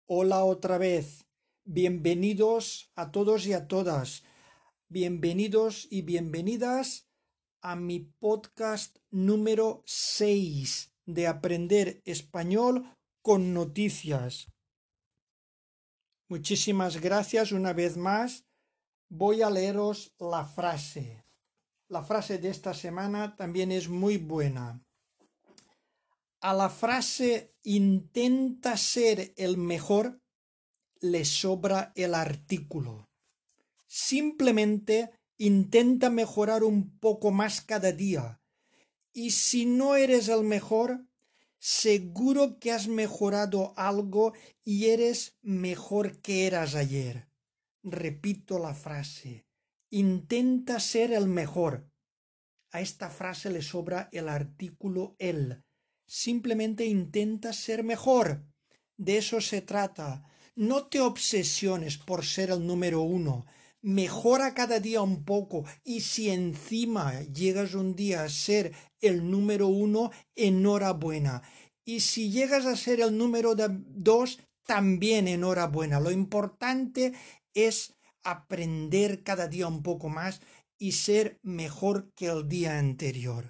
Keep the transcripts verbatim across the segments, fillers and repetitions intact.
Hola otra vez. Bienvenidos a todos y a todas. Bienvenidos y bienvenidas a mi podcast número seis de Aprender Español con Noticias. Muchísimas gracias una vez más. Voy a leeros la frase. La frase de esta semana también es muy buena. A la frase intenta ser el mejor le sobra el artículo. Simplemente intenta mejorar un poco más cada día. Y si no eres el mejor, seguro que has mejorado algo y eres mejor que eras ayer. Repito la frase. Intenta ser el mejor. A esta frase le sobra el artículo el. Simplemente intenta ser mejor. De eso se trata. No te obsesiones por ser el número uno. Mejora cada día un poco y si encima llegas un día a ser el número uno, enhorabuena. Y si llegas a ser el número dos, también enhorabuena. Lo importante es aprender cada día un poco más y ser mejor que el día anterior.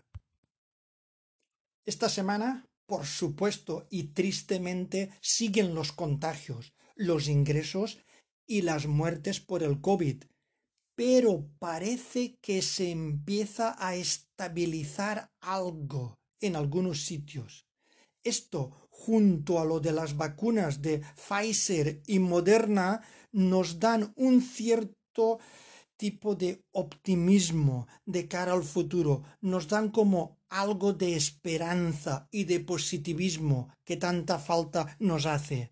Esta semana, por supuesto y tristemente, siguen los contagios, los ingresos y las muertes por el COVID, pero parece que se empieza a estabilizar algo en algunos sitios. Esto, junto a lo de las vacunas de Pfizer y Moderna, nos dan un cierto tipo de optimismo de cara al futuro, nos dan como algo de esperanza y de positivismo que tanta falta nos hace.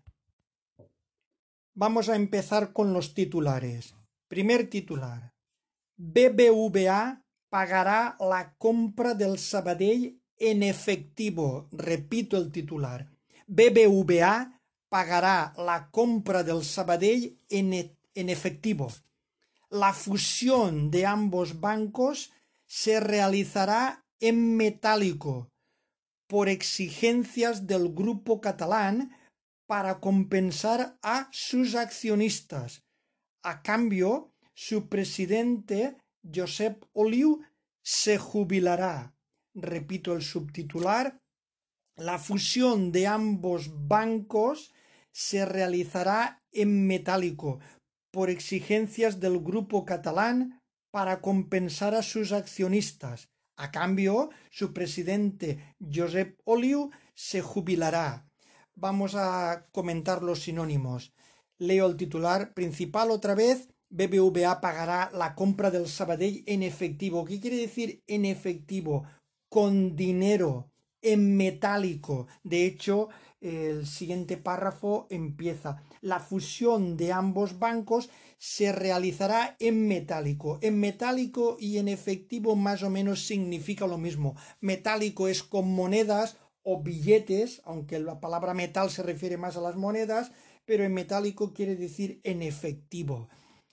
Vamos a empezar con los titulares. Primer titular. B B V A pagará la compra del Sabadell en efectivo. Repito el titular. B B V A pagará la compra del Sabadell en, e en efectivo. La fusión de ambos bancos se realizará en metálico por exigencias del grupo catalán para compensar a sus accionistas. A cambio, su presidente, Josep Oliu, se jubilará. Repito el subtitular. La fusión de ambos bancos se realizará en metálico por exigencias del grupo catalán para compensar a sus accionistas. A cambio, su presidente Josep Oliu se jubilará. Vamos a comentar los sinónimos. Leo el titular principal otra vez. B B V A pagará la compra del Sabadell en efectivo. ¿Qué quiere decir en efectivo? Con dinero, en metálico. De hecho, el siguiente párrafo empieza: la fusión de ambos bancos se realizará en metálico. En metálico y en efectivo más o menos significa lo mismo. Metálico es con monedas o billetes, aunque la palabra metal se refiere más a las monedas, pero en metálico quiere decir en efectivo.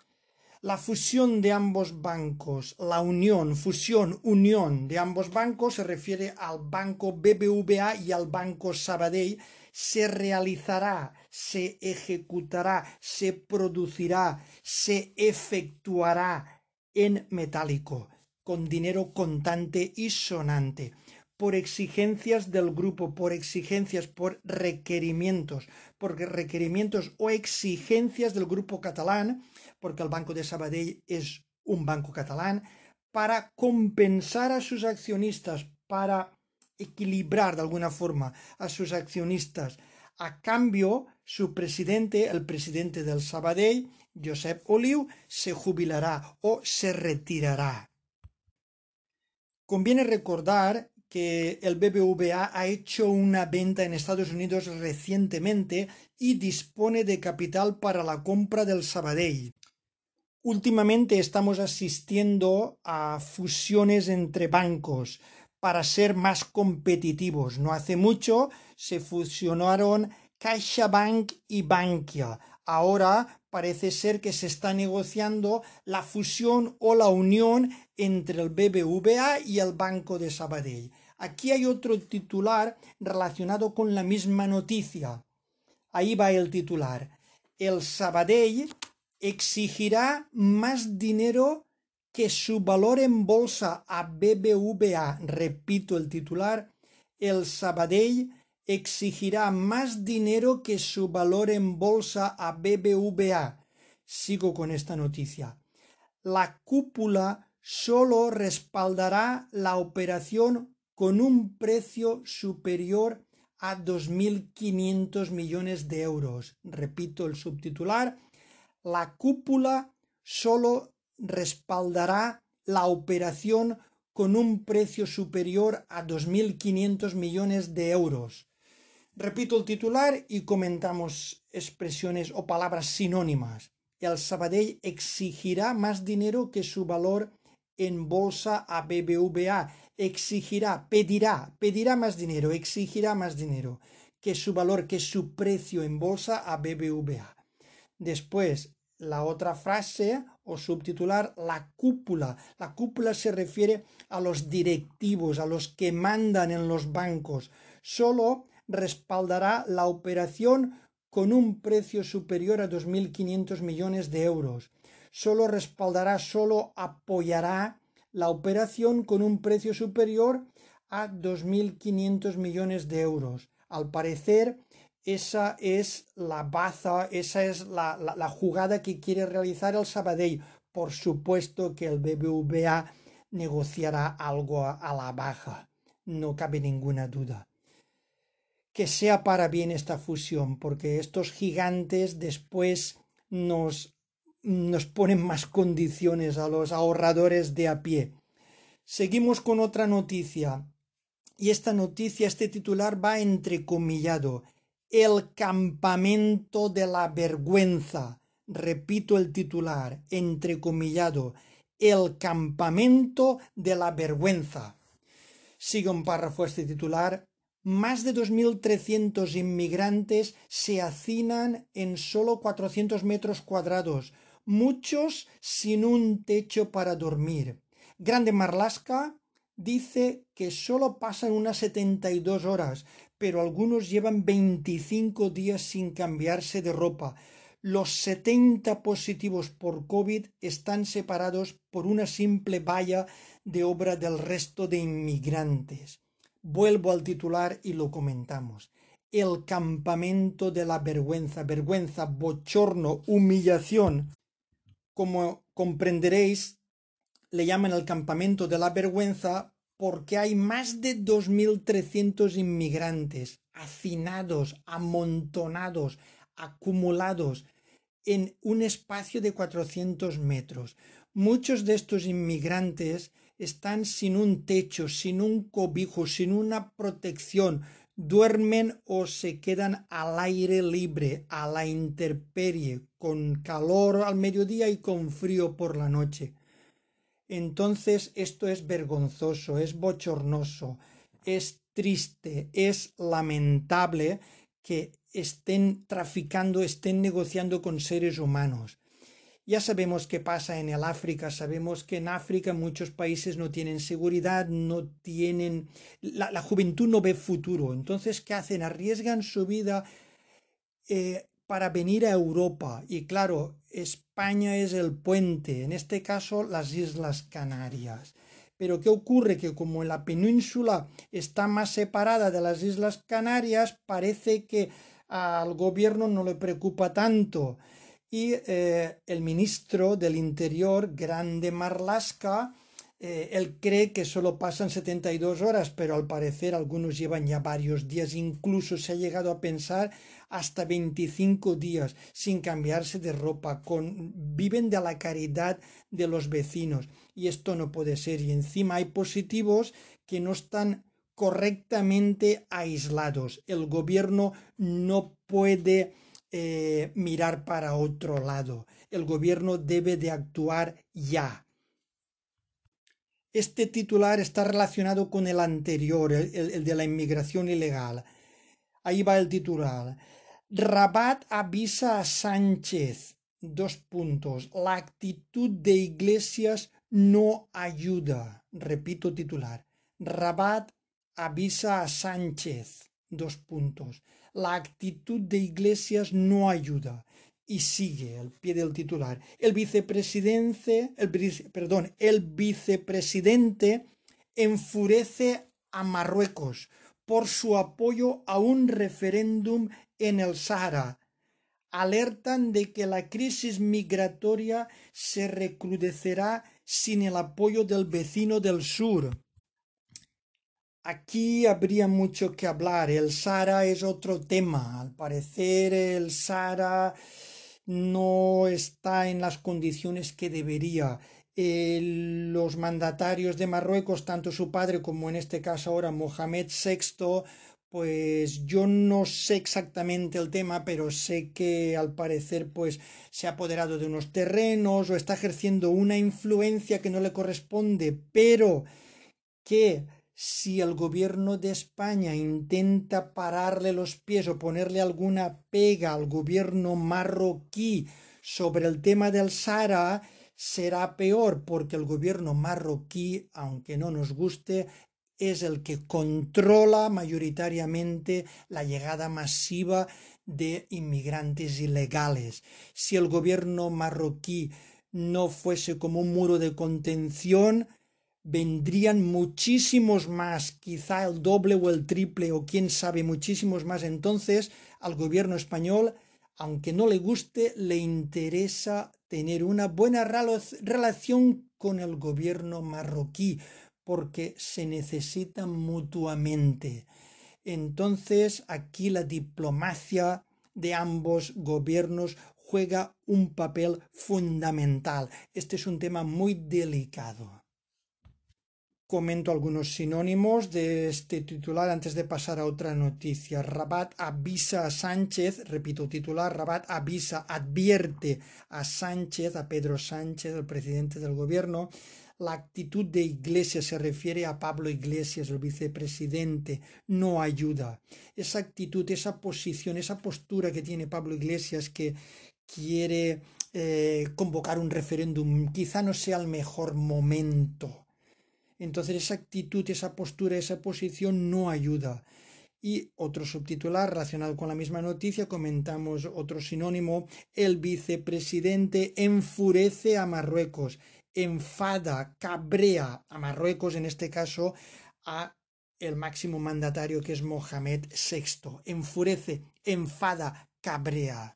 La fusión de ambos bancos, la unión, fusión, unión de ambos bancos se refiere al banco B B V A y al banco Sabadell. Se realizará, se ejecutará, se producirá, se efectuará en metálico, con dinero contante y sonante, por exigencias del grupo, por exigencias, por requerimientos, por requerimientos o exigencias del grupo catalán, porque el Banco de Sabadell es un banco catalán, para compensar a sus accionistas, para equilibrar de alguna forma a sus accionistas. A cambio, su presidente, el presidente del Sabadell, Josep Oliu, se jubilará o se retirará. Conviene recordar que el B B V A ha hecho una venta en Estados Unidos recientemente y dispone de capital para la compra del Sabadell. Últimamente estamos asistiendo a fusiones entre bancos para ser más competitivos. No hace mucho se fusionaron CaixaBank y Bankia. Ahora parece ser que se está negociando la fusión o la unión entre el B B V A y el Banco de Sabadell. Aquí hay otro titular relacionado con la misma noticia. Ahí va el titular. El Sabadell exigirá más dinero que su valor en bolsa a B B V A. Repito el titular. El Sabadell exigirá más dinero que su valor en bolsa a B B V A. Sigo con esta noticia. La cúpula solo respaldará la operación con un precio superior a dos mil quinientos millones de euros. Repito el subtitular. La cúpula solo respaldará la operación con un precio superior a dos mil quinientos millones de euros. Repito el titular y comentamos expresiones o palabras sinónimas. El Sabadell exigirá más dinero que su valor en bolsa a B B V A. Exigirá, pedirá, pedirá más dinero, exigirá más dinero que su valor, que su precio en bolsa a B B V A. Después, la otra frase o subtitular, la cúpula. La cúpula se refiere a los directivos, a los que mandan en los bancos. Solo respaldará la operación con un precio superior a dos mil quinientos millones de euros. Solo respaldará, solo apoyará la operación con un precio superior a dos mil quinientos millones de euros. Al parecer, esa es la baza, esa es la, la, la jugada que quiere realizar el Sabadell. Por supuesto que el B B V A negociará algo a, a la baja, no cabe ninguna duda. Que sea para bien esta fusión, porque estos gigantes después nos, nos ponen más condiciones a los ahorradores de a pie. Seguimos con otra noticia. Y esta noticia, este titular va entrecomillado. El campamento de la vergüenza. Repito el titular, entrecomillado. El campamento de la vergüenza. Sigue un párrafo este titular. Más de dos mil trescientos inmigrantes se hacinan en solo cuatrocientos metros cuadrados, muchos sin un techo para dormir. Grande Marlaska dice que solo pasan unas setenta y dos horas, pero algunos llevan veinticinco días sin cambiarse de ropa. Los setenta positivos por COVID están separados por una simple valla de obra del resto de inmigrantes. Vuelvo al titular y lo comentamos. El campamento de la vergüenza, vergüenza, bochorno, humillación. Como comprenderéis, le llaman el campamento de la vergüenza porque hay más de dos mil trescientos inmigrantes hacinados, amontonados, acumulados en un espacio de cuatrocientos metros. Muchos de estos inmigrantes están sin un techo, sin un cobijo, sin una protección. Duermen o se quedan al aire libre, a la intemperie, con calor al mediodía y con frío por la noche. Entonces esto es vergonzoso, es bochornoso, es triste, es lamentable que estén traficando, estén negociando con seres humanos. Ya sabemos qué pasa en el África, sabemos que en África muchos países no tienen seguridad, no tienen... La, la juventud no ve futuro. Entonces, ¿qué hacen? Arriesgan su vida eh, para venir a Europa. Y claro, España es el puente, en este caso las Islas Canarias. Pero ¿qué ocurre? Que como la península está más separada de las Islas Canarias, parece que al gobierno no le preocupa tanto. Y eh, el ministro del Interior, Grande Marlaska, eh, él cree que solo pasan setenta y dos horas, pero al parecer algunos llevan ya varios días, incluso se ha llegado a pensar hasta veinticinco días sin cambiarse de ropa, con, viven de la caridad de los vecinos y esto no puede ser. Y encima hay positivos que no están correctamente aislados. El gobierno no puede eh, mirar para otro lado. El gobierno debe de actuar ya. Este titular está relacionado con el anterior, el, el, el de la inmigración ilegal. Ahí va el titular. Rabat avisa a Sánchez. Dos puntos. La actitud de Iglesias no ayuda. Repito titular. Rabat avisa a Sánchez. Dos puntos. La actitud de Iglesias no ayuda. Y sigue al pie del titular. El vicepresidente, el, perdón, el vicepresidente enfurece a Marruecos por su apoyo a un referéndum en el Sáhara. Alertan de que la crisis migratoria se recrudecerá sin el apoyo del vecino del sur. Aquí habría mucho que hablar. El Sahara es otro tema. Al parecer el Sahara no está en las condiciones que debería. El- los mandatarios de Marruecos, tanto su padre como en este caso ahora Mohamed sexto, pues yo no sé exactamente el tema, pero sé que al parecer pues se ha apoderado de unos terrenos o está ejerciendo una influencia que no le corresponde, pero que si el gobierno de España intenta pararle los pies o ponerle alguna pega al gobierno marroquí sobre el tema del Sahara, será peor porque el gobierno marroquí, aunque no nos guste, es el que controla mayoritariamente la llegada masiva de inmigrantes ilegales. Si el gobierno marroquí no fuese como un muro de contención, vendrían muchísimos más, quizá el doble o el triple o quién sabe, muchísimos más. Entonces, al gobierno español, aunque no le guste, le interesa tener una buena relación con el gobierno marroquí, porque se necesitan mutuamente. Entonces, aquí la diplomacia de ambos gobiernos juega un papel fundamental. Este es un tema muy delicado. Comento algunos sinónimos de este titular antes de pasar a otra noticia. Rabat avisa a Sánchez, repito titular, Rabat avisa, advierte a Sánchez, a Pedro Sánchez, el presidente del gobierno. La actitud de Iglesias se refiere a Pablo Iglesias, el vicepresidente, no ayuda. Esa actitud, esa posición, esa postura que tiene Pablo Iglesias que quiere eh, convocar un referéndum, quizá no sea el mejor momento. Entonces esa actitud, esa postura, esa posición no ayuda. Y otro subtitular relacionado con la misma noticia, comentamos otro sinónimo, el vicepresidente enfurece a Marruecos, enfada, cabrea a Marruecos, en este caso a el máximo mandatario que es Mohamed sexto, enfurece, enfada, cabrea.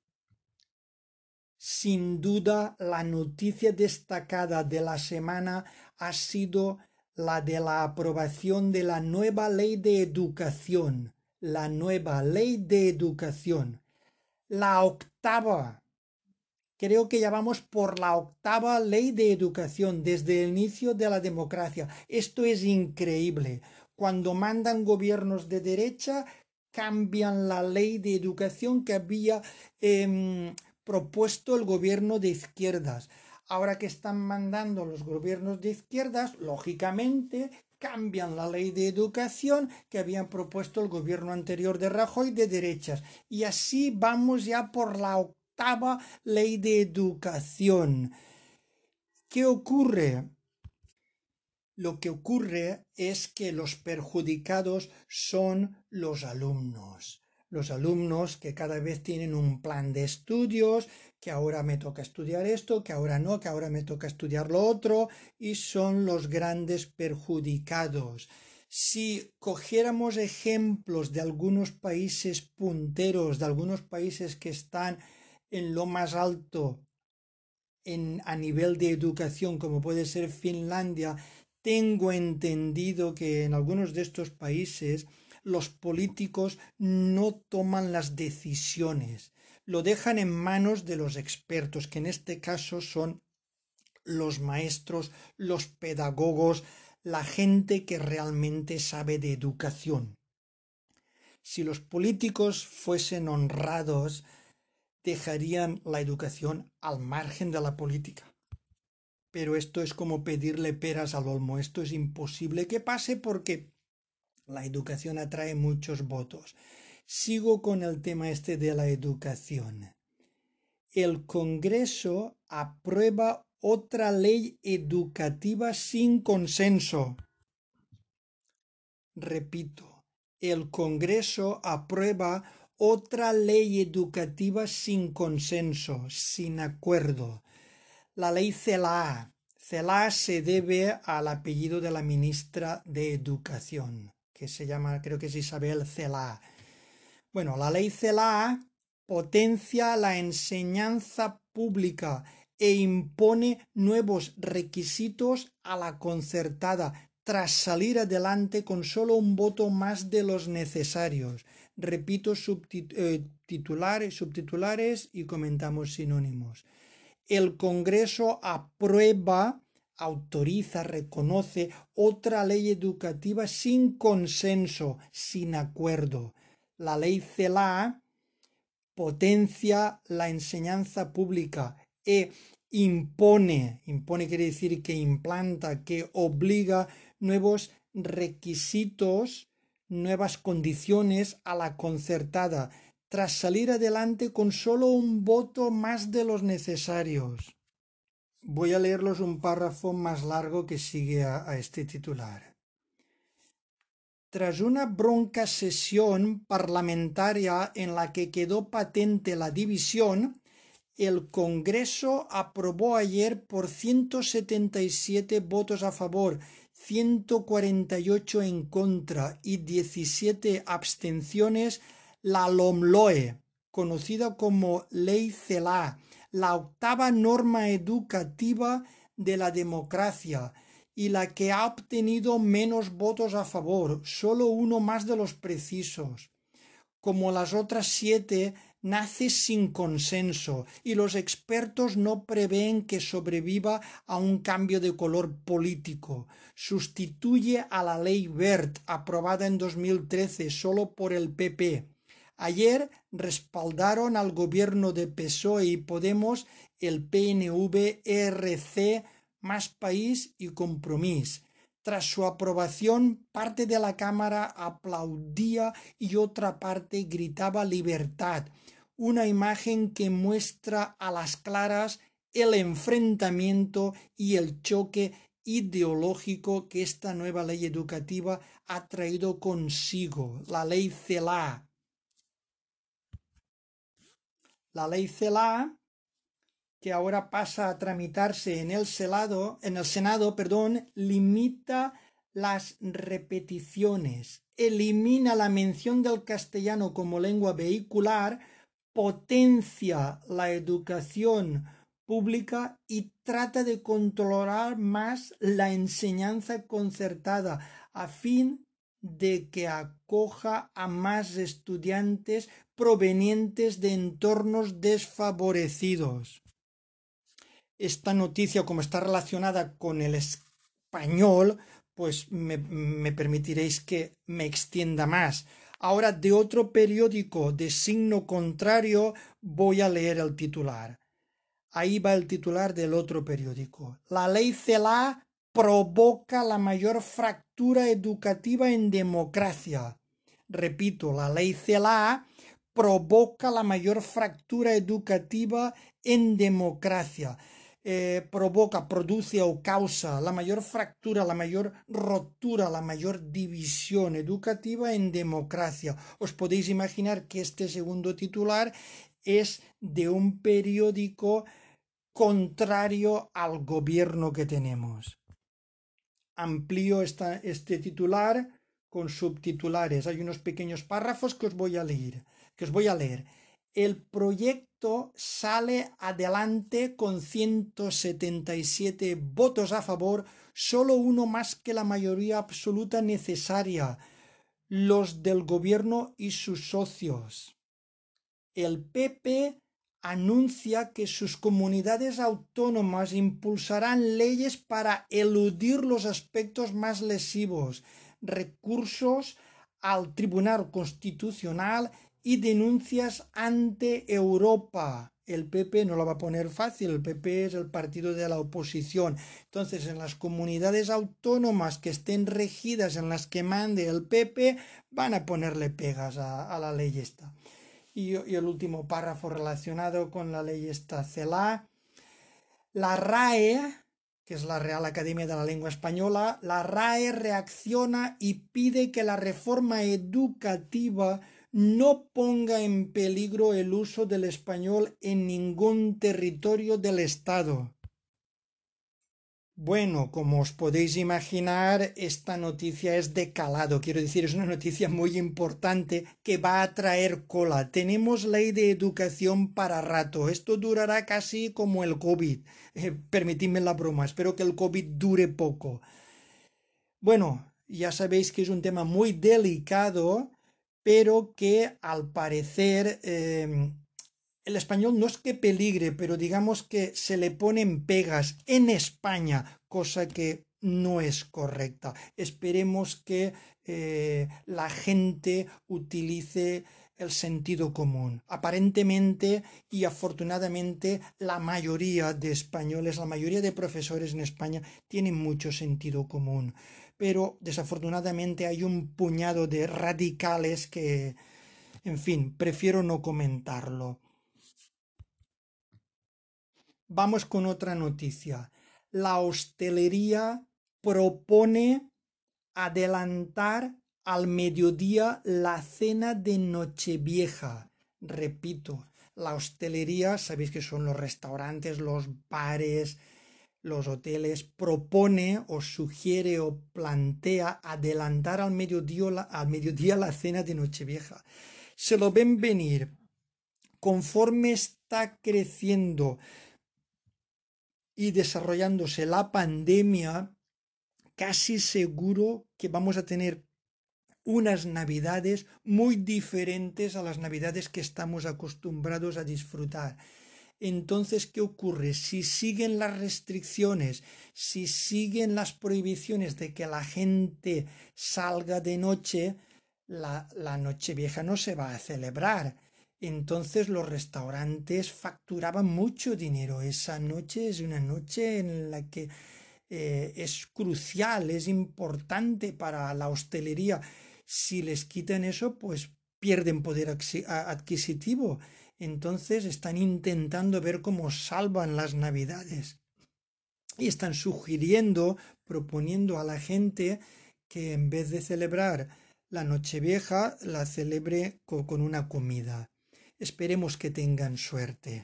Sin duda, la noticia destacada de la semana ha sido la de la aprobación de la nueva ley de educación. La nueva ley de educación. La octava. Creo que ya vamos por la octava ley de educación desde el inicio de la democracia. Esto es increíble. Cuando mandan gobiernos de derecha, cambian la ley de educación que había eh, propuesto el gobierno de izquierdas. Ahora que están mandando los gobiernos de izquierdas, lógicamente cambian la ley de educación que habían propuesto el gobierno anterior de Rajoy de derechas. Y así vamos ya por la octava ley de educación. ¿Qué ocurre? Lo que ocurre es que los perjudicados son los alumnos. Los alumnos que cada vez tienen un plan de estudios, que ahora me toca estudiar esto, que ahora no, que ahora me toca estudiar lo otro, y son los grandes perjudicados. Si cogiéramos ejemplos de algunos países punteros, de algunos países que están en lo más alto en, a nivel de educación, como puede ser Finlandia, tengo entendido que en algunos de estos países los políticos no toman las decisiones, lo dejan en manos de los expertos, que en este caso son los maestros, los pedagogos, la gente que realmente sabe de educación. Si los políticos fuesen honrados, dejarían la educación al margen de la política. Pero esto es como pedirle peras al olmo. Esto es imposible que pase porque la educación atrae muchos votos. Sigo con el tema este de la educación. El Congreso aprueba otra ley educativa sin consenso. Repito, el Congreso aprueba otra ley educativa sin consenso, sin acuerdo. La ley CELA. CELA se debe al apellido de la ministra de Educación, que se llama, creo que es Isabel Celaá. Bueno, la ley CELA potencia la enseñanza pública e impone nuevos requisitos a la concertada tras salir adelante con solo un voto más de los necesarios. Repito subtitulares, subtitulares y comentamos sinónimos. El Congreso aprueba, autoriza, reconoce otra ley educativa sin consenso, sin acuerdo. La ley CELA potencia la enseñanza pública e impone, impone quiere decir que implanta, que obliga nuevos requisitos, nuevas condiciones a la concertada, tras salir adelante con solo un voto más de los necesarios. Voy a leerlos un párrafo más largo que sigue a, a este titular. Tras una bronca sesión parlamentaria en la que quedó patente la división, el Congreso aprobó ayer por ciento setenta y siete votos a favor, ciento cuarenta y ocho en contra y diecisiete abstenciones la LOMLOE, conocida como Ley CELA, la octava norma educativa de la democracia y la que ha obtenido menos votos a favor, solo uno más de los precisos. Como las otras siete, nace sin consenso y los expertos no prevén que sobreviva a un cambio de color político. Sustituye a la ley Wert, aprobada en dos mil trece solo por el P P. Ayer respaldaron al gobierno de P S O E y Podemos el P N V, E R C, Más País y Compromís. Tras su aprobación, parte de la Cámara aplaudía y otra parte gritaba libertad, una imagen que muestra a las claras el enfrentamiento y el choque ideológico que esta nueva ley educativa ha traído consigo, la ley CELA. La ley CELA, que ahora pasa a tramitarse en el Senado, en el Senado, perdón, limita las repeticiones, elimina la mención del castellano como lengua vehicular, potencia la educación pública y trata de controlar más la enseñanza concertada a fin de que acoja a más estudiantes provenientes de entornos desfavorecidos. Esta noticia, como está relacionada con el español, pues me, me permitiréis que me extienda más. Ahora, de otro periódico de signo contrario, voy a leer el titular. Ahí va el titular del otro periódico. La ley CELA provoca la mayor fractura educativa en democracia. Repito, la ley CELA provoca la mayor fractura educativa en democracia. Eh, provoca, produce o causa la mayor fractura, la mayor rotura, la mayor división educativa en democracia. Os podéis imaginar que este segundo titular es de un periódico contrario al gobierno que tenemos. Amplío esta, este titular con subtitulares. Hay unos pequeños párrafos que os voy a leer. Que os voy a leer. El proyecto sale adelante con ciento setenta y siete votos a favor, solo uno más que la mayoría absoluta necesaria, los del gobierno y sus socios. El P P anuncia que sus comunidades autónomas impulsarán leyes para eludir los aspectos más lesivos, recursos al Tribunal Constitucional y denuncias ante Europa. El P P no la va a poner fácil, el P P es el partido de la oposición. Entonces, en las comunidades autónomas que estén regidas, en las que mande el P P, van a ponerle pegas a, a la ley esta. Y, y el último párrafo relacionado con la ley esta CELA. La RAE que es la Real Academia de la Lengua Española, la R A E reacciona y pide que la reforma educativa no ponga en peligro el uso del español en ningún territorio del Estado. Bueno, como os podéis imaginar, esta noticia es de calado, quiero decir, es una noticia muy importante que va a traer cola. Tenemos ley de educación para rato, esto durará casi como el COVID. Eh, permitidme la broma, espero que el COVID dure poco. Bueno, ya sabéis que es un tema muy delicado, pero que al parecer eh, el español no es que peligre, pero digamos que se le ponen pegas en España, cosa que no es correcta. Esperemos que eh, la gente utilice el sentido común. Aparentemente y afortunadamente la mayoría de españoles, la mayoría de profesores en España tienen mucho sentido común, pero desafortunadamente hay un puñado de radicales que, en fin, prefiero no comentarlo. Vamos con otra noticia. La hostelería propone adelantar al mediodía la cena de Nochevieja. Repito, la hostelería, sabéis que son los restaurantes, los bares, los hoteles, propone o sugiere o plantea adelantar al mediodía, al mediodía la cena de Nochevieja. Se lo ven venir. Conforme está creciendo y desarrollándose la pandemia, casi seguro que vamos a tener unas navidades muy diferentes a las navidades que estamos acostumbrados a disfrutar. Entonces, ¿qué ocurre? Si siguen las restricciones, si siguen las prohibiciones de que la gente salga de noche, la, la Nochevieja no se va a celebrar. Entonces los restaurantes facturaban mucho dinero. Esa noche es una noche en la que eh, es crucial, es importante para la hostelería. Si les quitan eso, pues pierden poder adquisitivo. Entonces están intentando ver cómo salvan las navidades. Y están sugiriendo, proponiendo a la gente que en vez de celebrar la Nochevieja, la celebre con una comida. Esperemos que tengan suerte.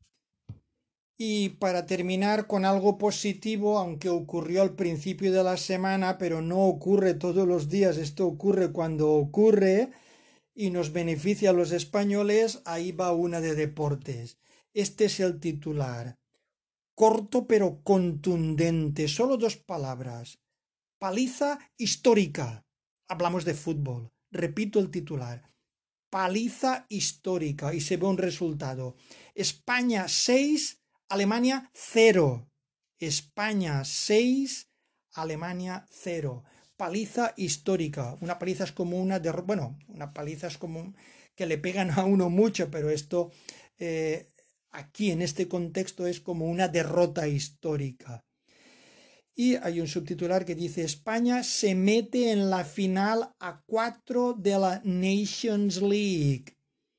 Y para terminar con algo positivo, aunque ocurrió al principio de la semana, pero no ocurre todos los días, esto ocurre cuando ocurre y nos beneficia a los españoles, ahí va una de deportes. Este es el titular. Corto pero contundente, solo dos palabras. Paliza histórica. Hablamos de fútbol. Repito el titular. Paliza histórica y se ve un resultado. España seis, Alemania cero. España seis, Alemania cero. Paliza histórica. Una paliza es como una de, bueno, una paliza es como que le pegan a uno mucho, pero esto eh, aquí en este contexto es como una derrota histórica. Y hay un subtitular que dice España se mete en la final a cuatro de la Nations League.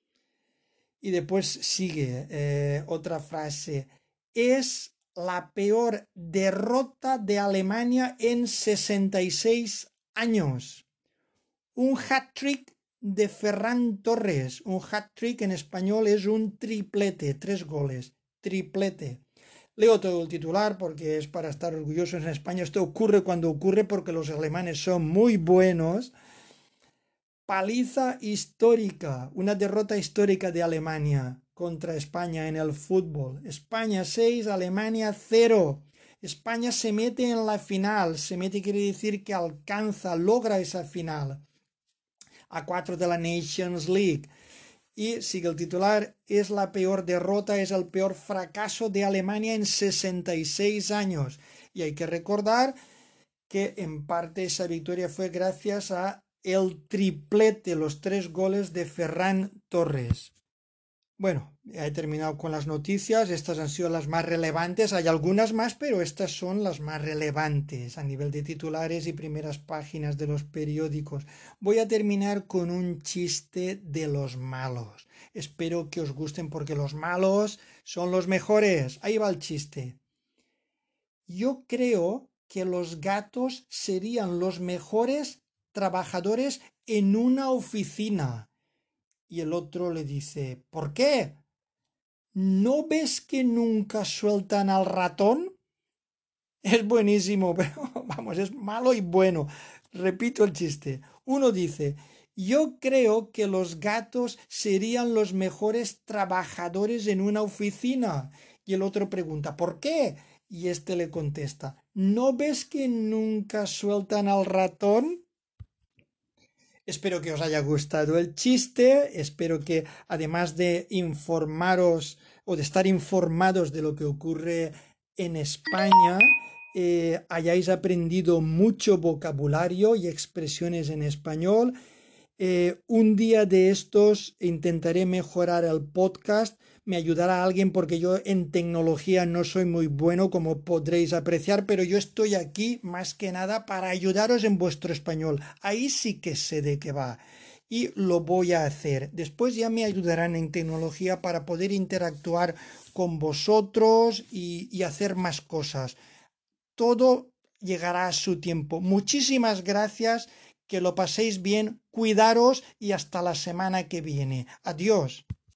Y después sigue eh, otra frase. Es la peor derrota de Alemania en sesenta y seis años. Un hat-trick de Ferran Torres. Un hat-trick en español es un triplete, tres goles. Triplete. Leo todo el titular porque es para estar orgullosos en España. Esto ocurre cuando ocurre porque los alemanes son muy buenos. Paliza histórica, una derrota histórica de Alemania contra España en el fútbol. España seis, Alemania cero. España se mete en la final. Se mete quiere decir que alcanza, logra esa final. A cuatro de la Nations League. Y sigue el titular, es la peor derrota, es el peor fracaso de Alemania en sesenta y seis años. Y hay que recordar que en parte esa victoria fue gracias a el triplete, los tres goles de Ferran Torres. Bueno, ya he terminado con las noticias, estas han sido las más relevantes, hay algunas más, pero estas son las más relevantes a nivel de titulares y primeras páginas de los periódicos. Voy a terminar con un chiste de los malos. Espero que os gusten porque los malos son los mejores. Ahí va el chiste. Yo creo que los gatos serían los mejores trabajadores en una oficina. Y el otro le dice, ¿por qué? ¿No ves que nunca sueltan al ratón? Es buenísimo, pero vamos, es malo y bueno. Repito el chiste. Uno dice, yo creo que los gatos serían los mejores trabajadores en una oficina. Y el otro pregunta, ¿por qué? Y este le contesta, ¿no ves que nunca sueltan al ratón? Espero que os haya gustado el chiste, espero que además de informaros o de estar informados de lo que ocurre en España, eh, hayáis aprendido mucho vocabulario y expresiones en español. Eh, un día de estos intentaré mejorar el podcast, me ayudará alguien porque yo en tecnología no soy muy bueno, como podréis apreciar, pero yo estoy aquí más que nada para ayudaros en vuestro español. Ahí sí que sé de qué va y lo voy a hacer. Después ya me ayudarán en tecnología para poder interactuar con vosotros y, y hacer más cosas. Todo llegará a su tiempo. Muchísimas gracias, que lo paséis bien, cuidaros y hasta la semana que viene. Adiós.